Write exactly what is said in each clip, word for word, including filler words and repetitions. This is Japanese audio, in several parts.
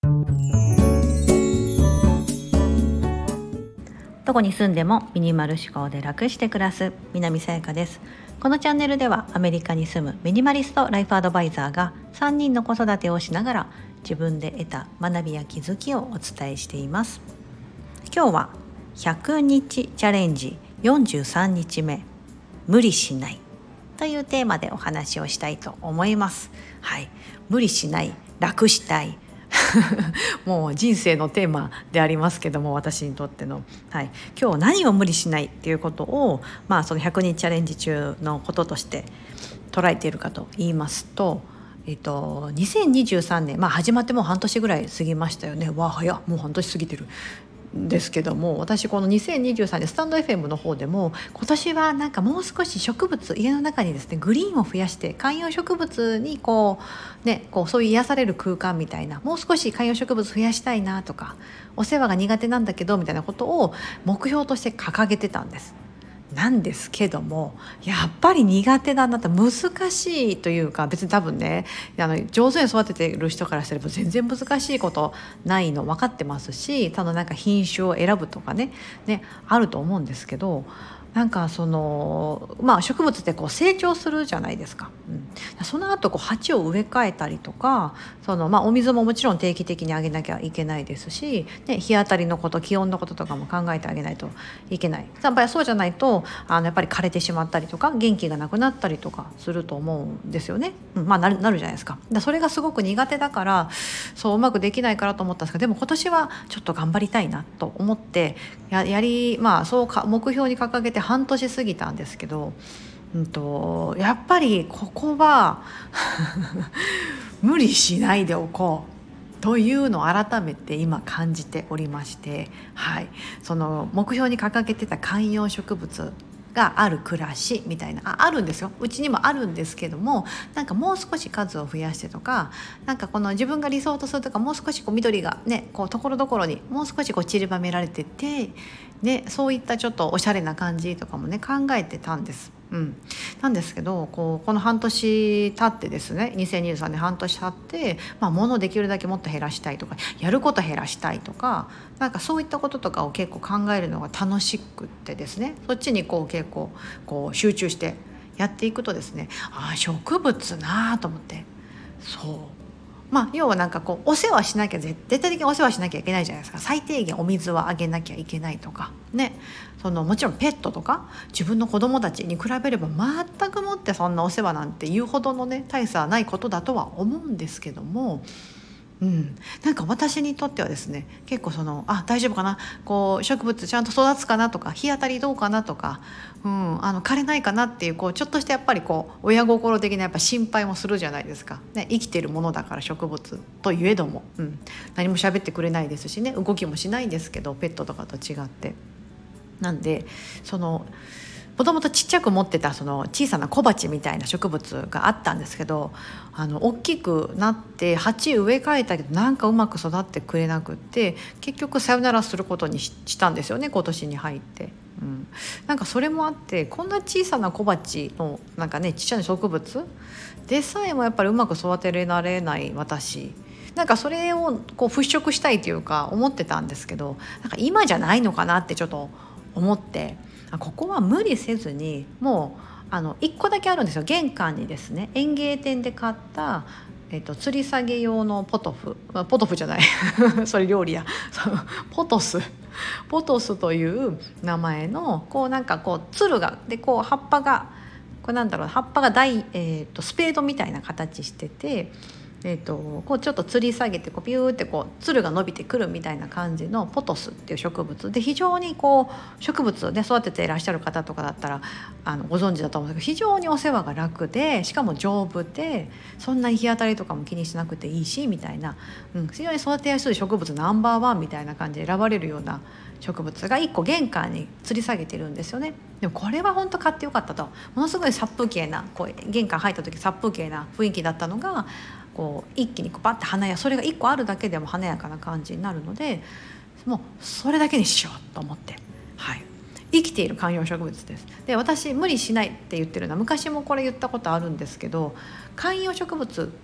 どこに住んでもミニマル思考で楽して暮らす南さやかです。このチャンネルではアメリカに住むミニマリストライフアドバイザーがさんにんの子育てをしながら自分で得た学びや気づきをお伝えしています。今日はひゃくにちチャレンジよんじゅうさんにちめ、無理しないというテーマでお話をしたいと思います。はい、無理しない、楽したいもう人生のテーマでありますけども、私にとっての、はい、今日何を無理しないっていうことを、まあ、そのひゃくにちチャレンジ中のこととして捉えているかと言いますと、えっと、にせんにじゅうさんねん、まあ、始まってもう半年ぐらい過ぎましたよね。わあ早っ、もう半年過ぎてるですけども、私このにせんにじゅうさんねんスタンド エフエム の方でも今年はなんかもう少し植物、家の中にですねグリーンを増やして観葉植物にこうねこうそういう癒される空間みたいな、もう少し観葉植物増やしたいなとか、お世話が苦手なんだけどみたいなことを目標として掲げてたんです。なんですけども、やっぱり苦手だなって、難しいというか、別に多分ねあの上手に育てている人からすれば全然難しいことないの分かってますし、ただなんか品種を選ぶとかねねあると思うんですけど、なんかそのまあ植物ってこう成長するじゃないですか、うん、その後こう鉢を植え替えたりとか、その、まあ、お水ももちろん定期的にあげなきゃいけないですし、ね、日当たりのこと、気温のこととかも考えてあげないといけない。やっぱりそうじゃないとあのやっぱり枯れてしまったりとか元気がなくなったりとかすると思うんですよね、うん、まあなる、なるじゃないですか。だそれがすごく苦手だから、そううまくできないからと思ったんですけど、でも今年はちょっと頑張りたいなと思ってや、やりまあそうか目標に掲げて半年過ぎたんですけど、うんと、やっぱりここは無理しないでおこうというのを改めて今感じておりまして、はい、その目標に掲げてた観葉植物がある暮らしみたいな あ, あるんですよ。うちにもあるんですけども、なんかもう少し数を増やしてとか、なんかこの自分が理想とするとか、もう少しこう緑がねこうところどころにもう少しこう散りばめられてて、ね、そういったちょっとおしゃれな感じとかもね考えてたんです。うん、なんですけど、こうこの半年経ってですね、にせんにじゅうさんねん半年経って、まあ、物をできるだけもっと減らしたいとか、やること減らしたいとか、なんかそういったこととかを結構考えるのが楽しくってですね、そっちにこう結構こう集中してやっていくとですね、ああ植物なあと思って、そうまあ要はなんかこうお世話しなきゃ、絶対的にお世話しなきゃいけないじゃないですか。最低限お水はあげなきゃいけないとかね、そのもちろんペットとか自分の子供たちに比べれば全くもってそんなお世話なんて言うほどのね大差はないことだとは思うんですけども、うん、なんか私にとってはですね、結構そのあ大丈夫かな、こう植物ちゃんと育つかなとか、日当たりどうかなとか、うん、あの枯れないかなっていう、こうちょっとしたやっぱりこう親心的なやっぱ心配もするじゃないですか、ね、生きてるものだから植物といえども、うん、何も喋ってくれないですしね、動きもしないんですけど、ペットとかと違って。なんでそのもともとちっちゃく持ってたその小さな小鉢みたいな植物があったんですけど、あの大きくなって鉢植え替えたけどなんかうまく育ってくれなくって、結局さよならすることにしたんですよね、今年に入って。うん、なんかそれもあって、こんな小さな小鉢のなんかねちっちゃな植物でさえもやっぱりうまく育てられない私、なんかそれをこう払拭したいというか思ってたんですけど、なんか今じゃないのかなってちょっと思って、ここは無理せずに、もうあのいっこだけあるんですよ、玄関にですね。園芸店で買った、えっと、吊り下げ用のポトフ、ポトフじゃないそれ料理やポトスポトスという名前のこうなんかこうつるがで、こう葉っぱがこれなんだろう、葉っぱが大、えー、とスペードみたいな形してて、えー、とこうちょっと吊り下げてこうビューってこうつるが伸びてくるみたいな感じのポトスっていう植物で、非常にこう植物を、ね、育てていらっしゃる方とかだったらあのご存知だと思うんですけど、非常にお世話が楽で、しかも丈夫で、そんなに日当たりとかも気にしなくていいしみたいな、うん、非常に育てやすい植物ナンバーワンみたいな感じで選ばれるような植物がいっこ玄関に吊り下げてるんですよね。でもこれは本当買ってよかったと。ものすごい殺風景な、こう玄関入った時殺風景な雰囲気だったのが、こう一気にこうバッて華や、それがいっこあるだけでも華やかな感じになるので、もうそれだけにしようと思って、はい、生きている観葉植物です。で私無理しないって言ってるのは、昔もこれ言ったことあるんですけど、観葉植物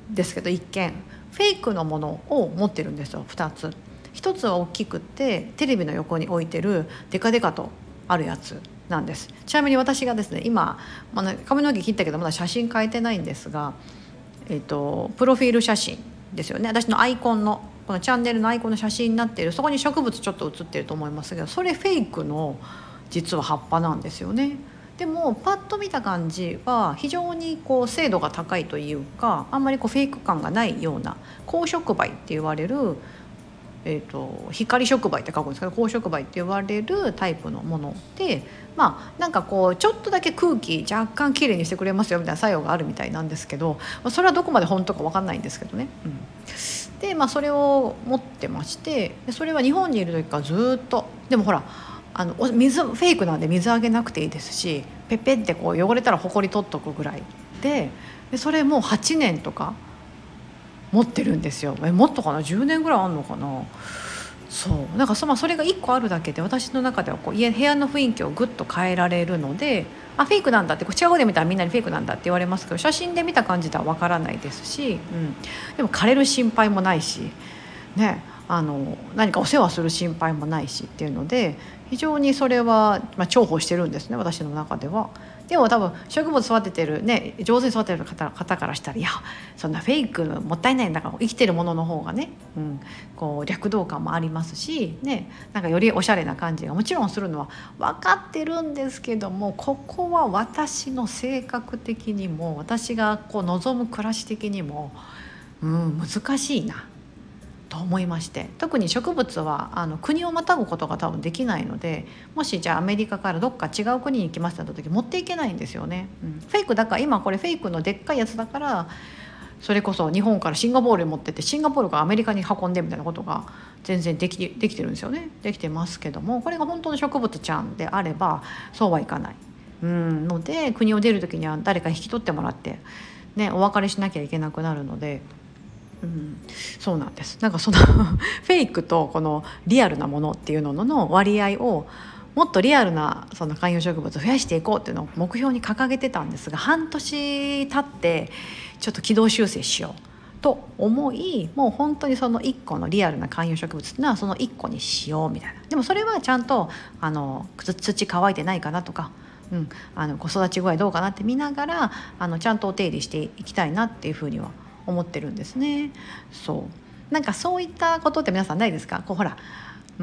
ですけど、一見フェイクのものを持ってるんですよ。ふたつ。ひとつは大きくってテレビの横に置いてるデカデカとあるやつなんです。ちなみに私がですね今、まあ、髪の毛切ったけどまだ写真変えてないんですが、えーと、プロフィール写真ですよね。私のアイコンのこのチャンネルのアイコンの写真になっている、そこに植物ちょっと写ってると思いますけど、それフェイクの実は葉っぱなんですよね。でもパッと見た感じは非常にこう精度が高いというか、あんまりこうフェイク感がないような高触媒って言われる、えーと、光触媒って書くんですけど、高触媒って言われるタイプのもので、まあなんかこうちょっとだけ空気若干きれいにしてくれますよみたいな作用があるみたいなんですけど、それはどこまで本当か分かんないんですけどね、うん、でまあそれを持ってまして、それは日本にいる時からずっと、でもほらあの水フェイクなんで水あげなくていいですし、ペッペってこう汚れたらほこり取っとくぐらいで、でそれもうはちねんとか持ってるんですよ。えもっとかな、じゅうねんぐらいあんのかな。そうなんか そ,、まあ、それがいっこあるだけで私の中ではこう家部屋の雰囲気をぐっと変えられるので、あフェイクなんだって、こう近くで見たらみんなにフェイクなんだって言われますけど、写真で見た感じではわからないですし、うん、でも枯れる心配もないしね、あの何かお世話する心配もないしっていうので、非常にそれは、まあ、重宝してるんですね、私の中では。でも多分植物育ててるね、上手に育ててる 方, 方からしたら、いやそんなフェイクもったいないんだから生きてるものの方がね、うん、こう躍動感もありますし、ね、なんかよりおしゃれな感じがもちろんするのは分かってるんですけども、ここは私の性格的にも私がこう望む暮らし的にも、うん、難しいなと思いまして、特に植物はあの国をまたぐことが多分できないので、もしじゃあアメリカからどっか違う国に行きますってなった時持っていけないんですよね、うん、フェイクだから今これフェイクのでっかいやつだから、それこそ日本からシンガポールに持ってってシンガポールからアメリカに運んでみたいなことが全然でき、できてるんですよね。できてますけども、これが本当の植物ちゃんであればそうはいかない、うん、ので国を出る時には誰か引き取ってもらって、ね、お別れしなきゃいけなくなるので、うん、そうなんです。なんかそのフェイクとこのリアルなものっていうのの割合をもっとリアルなその観葉植物を増やしていこうっていうのを目標に掲げてたんですが、半年経ってちょっと軌道修正しようと思い、もう本当にそのいっこのリアルな観葉植物っていうのはそのいっこにしようみたいな。でもそれはちゃんとあの土乾いてないかなとか、うん、あの子育ち具合どうかなって見ながらあのちゃんとお手入れしていきたいなっていうふうには思ってるんですね。そうなんかそういったことって皆さんないですか？こうほら、うん、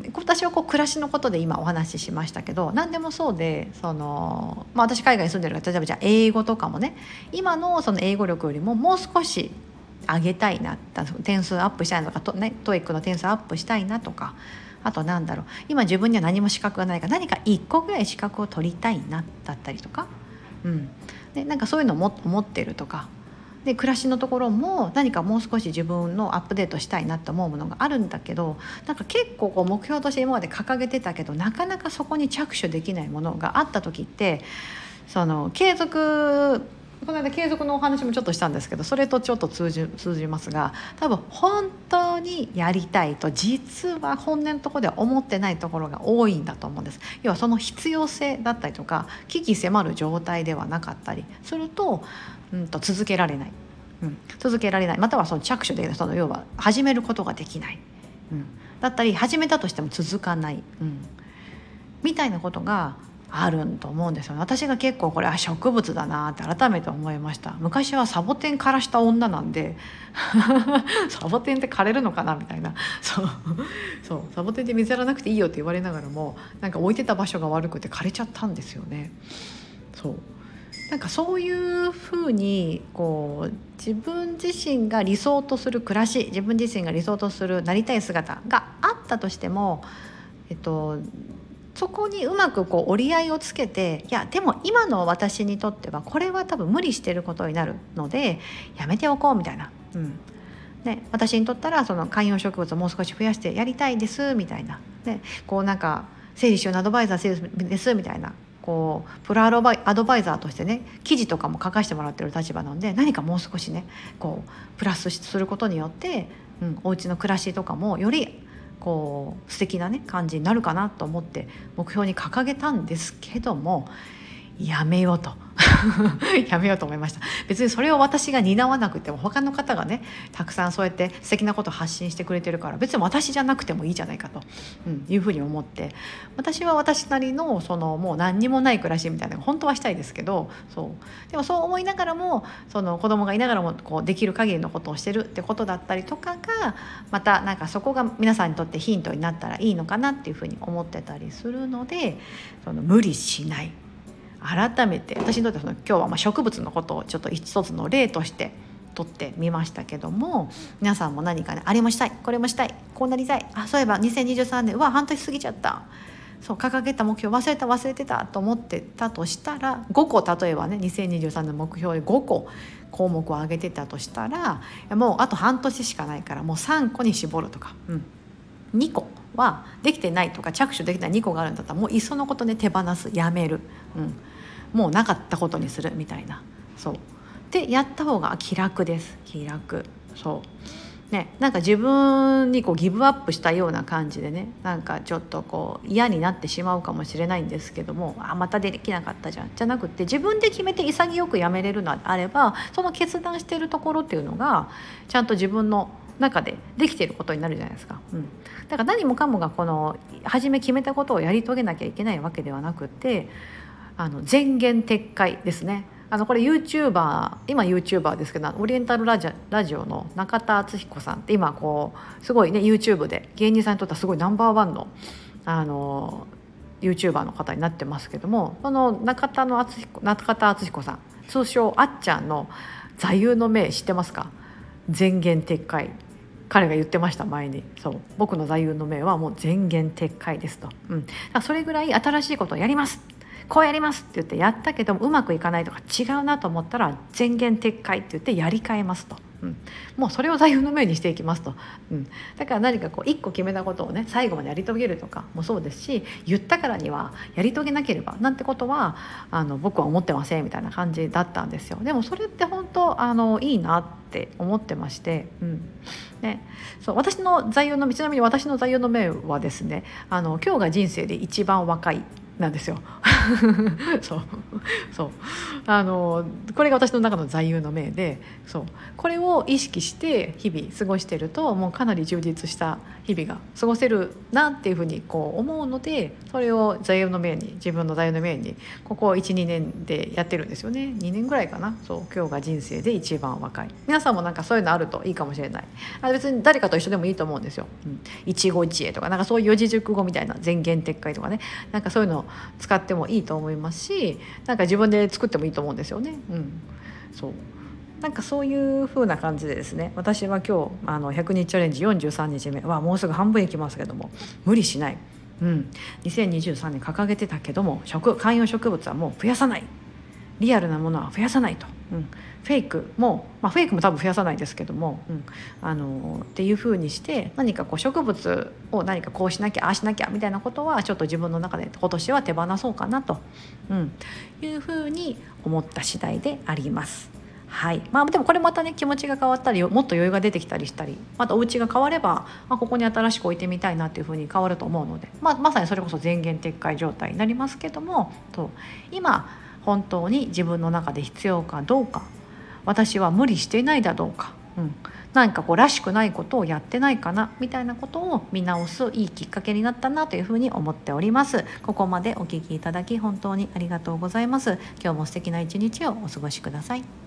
私はこう暮らしのことで今お話ししましたけど、何でもそうで、その、まあ、私海外に住んでるから、例えばじゃあ英語とかもね、今のその英語力よりももう少し上げたいな、点数アップしたいなとかと、ね、トイックの点数アップしたいなとか、あとなんだろう、今自分には何も資格がないから何かいっこぐらい資格を取りたいなだったりとか、うん、でなんかそういうのを持ってるとかで、暮らしのところも何かもう少し自分のアップデートしたいなと思うものがあるんだけど、なんか結構こう目標として今まで掲げてたけどなかなかそこに着手できないものがあった時って、その継続、この間継続のお話もちょっとしたんですけど、それとちょっと通じ、通じますが、多分本当にやりたいと実は本音のところでは思ってないところが多いんだと思うんです。要はその必要性だったりとか危機迫る状態ではなかったりすると、うん、と続けられない、うん、続けられない、またはその着手できない、その要は始めることができない、うん、だったり始めたとしても続かない、うん、みたいなことがあると思うんですよね。私が結構これは植物だなって改めて思いました。昔はサボテン枯らした女なんでサボテンって枯れるのかなみたいな、そうそうサボテンって水やらなくていいよって言われながらも、なんか置いてた場所が悪くて枯れちゃったんですよね。そうなんかそういうふうにこう自分自身が理想とする暮らし、自分自身が理想とするなりたい姿があったとしても、えっとそこにうまくこう折り合いをつけて、いやでも今の私にとってはこれは多分無理してることになるのでやめておこうみたいな、うんね、私にとったらその観葉植物をもう少し増やしてやりたいですみたいな、ね、こうなんか整理収納アドバイザーですみたいな、こうプロアドバイアドバイザーとしてね記事とかも書かせてもらってる立場なので、何かもう少しねこうプラスすることによって、うん、お家の暮らしとかもよりこう素敵なね感じになるかなと思って目標に掲げたんですけども、やめようとやめようと思いました。別にそれを私が担わなくても他の方がねたくさんそうやって素敵なことを発信してくれてるから、別に私じゃなくてもいいじゃないかと、うん、いうふうに思って、私は私なりのそのもう何にもない暮らしみたいなのが本当はしたいですけど、そうでもそう思いながらもその子供がいながらもこうできる限りのことをしてるってことだったりとかが、またなんかそこが皆さんにとってヒントになったらいいのかなっていうふうに思ってたりするので、その無理しない、改めて私にとってその今日はまあ植物のことをちょっと一つの例として取ってみましたけども、皆さんも何かね、あれもしたいこれもしたいこうなりたい、あそういえばにせんにじゅうさんねんうわ半年過ぎちゃった、そう掲げた目標忘れた忘れてたと思ってたとしたら、ごこ例えばねにせんにじゅうさんねんの目標でごこ項目を挙げてたとしたら、もうあと半年しかないからもうさんこに絞るとか、うん、にこはできてないとか着手できないにこがあるんだったらもういっそのことね手放す、やめる、うん、もうなかったことにするみたいな、そうでやった方が気楽です。気楽、そうね、なんか自分にこうギブアップしたような感じでね、なんかちょっとこう嫌になってしまうかもしれないんですけども、あまたできなかったじゃんじゃなくて、自分で決めて潔くやめれるのであれば、その決断しているところっていうのがちゃんと自分の中でできていることになるじゃないですか、うん、だから何もかもがこの初め決めたことをやり遂げなきゃいけないわけではなくて、あの前言撤回ですね。あのこれ YouTuber 今 YouTuber ですけど、オリエンタルラジオ、ラジオの中田敦彦さんって今こうすごいね YouTube で芸人さんにとってはすごいナンバーワンのあの YouTuber の方になってますけども、その中田の敦彦中田敦彦さん、通称あっちゃんの座右の銘知ってますか？前言撤回、彼が言ってました前に。そう僕の座右の銘はもう前言撤回ですと、うん、だからそれぐらい新しいことをやります、こうやりますって言ってやったけどもうまくいかないとか違うなと思ったら前言撤回って言ってやり替えますと、うん、もうそれを座右の銘にしていきますと、うん、だから何かこう一個決めたことをね最後までやり遂げるとかもそうですし、言ったからにはやり遂げなければなんてことはあの僕は思ってませんみたいな感じだったんですよ。でもそれって本当あのいいなって思ってまして、うんね、そう私の座右のちなみに私の座右の銘はですね、あの今日が人生で一番若いなんですよそうそうあのこれが私の中の座右の銘で、そうこれを意識して日々過ごしてるともうかなり充実した日々が過ごせるなっていうふうにこう思うので、それを座右の銘に自分の座右の銘にここ いち,に 年でやってるんですよね。にねんぐらいかな。そう今日が人生で一番若い。皆さんもなんかそういうのあるといいかもしれない。あ別に誰かと一緒でもいいと思うんですよ、うん、一期一会とかなんかそういう四字熟語みたいな前言撤回とかね、なんかそういうのを使ってもいいと思いますし、なんか自分で作ってもいいと思うんですよね、うん、そうなんかそういう風な感じでですね、私は今日あのひゃくにちチャレンジよんじゅうさんにちめはもうすぐ半分いきますけども無理しない、うん、にせんにじゅうさんねん掲げてたけども食観葉植物はもう増やさない、リアルなものは増やさないと、うん、フェイクも、まあ、フェイクも多分増やさないですけども、うん、あのっていう風にして何かこう植物を何かこうしなきゃああしなきゃみたいなことはちょっと自分の中で今年は手放そうかなと、うん、いう風に思った次第であります。はいまあ、でもこれまたね気持ちが変わったりもっと余裕が出てきたりしたり、またお家が変われば、まあ、ここに新しく置いてみたいなっていう風に変わると思うので、まあ、まさにそれこそ前言撤回状態になりますけども、と今本当に自分の中で必要かどうか、私は無理していないだろうか、うん、何かこうらしくないことをやってないかなみたいなことを見直すいいきっかけになったなというふうに思っております。ここまでお聞きいただき本当にありがとうございます。今日も素敵な一日をお過ごしください。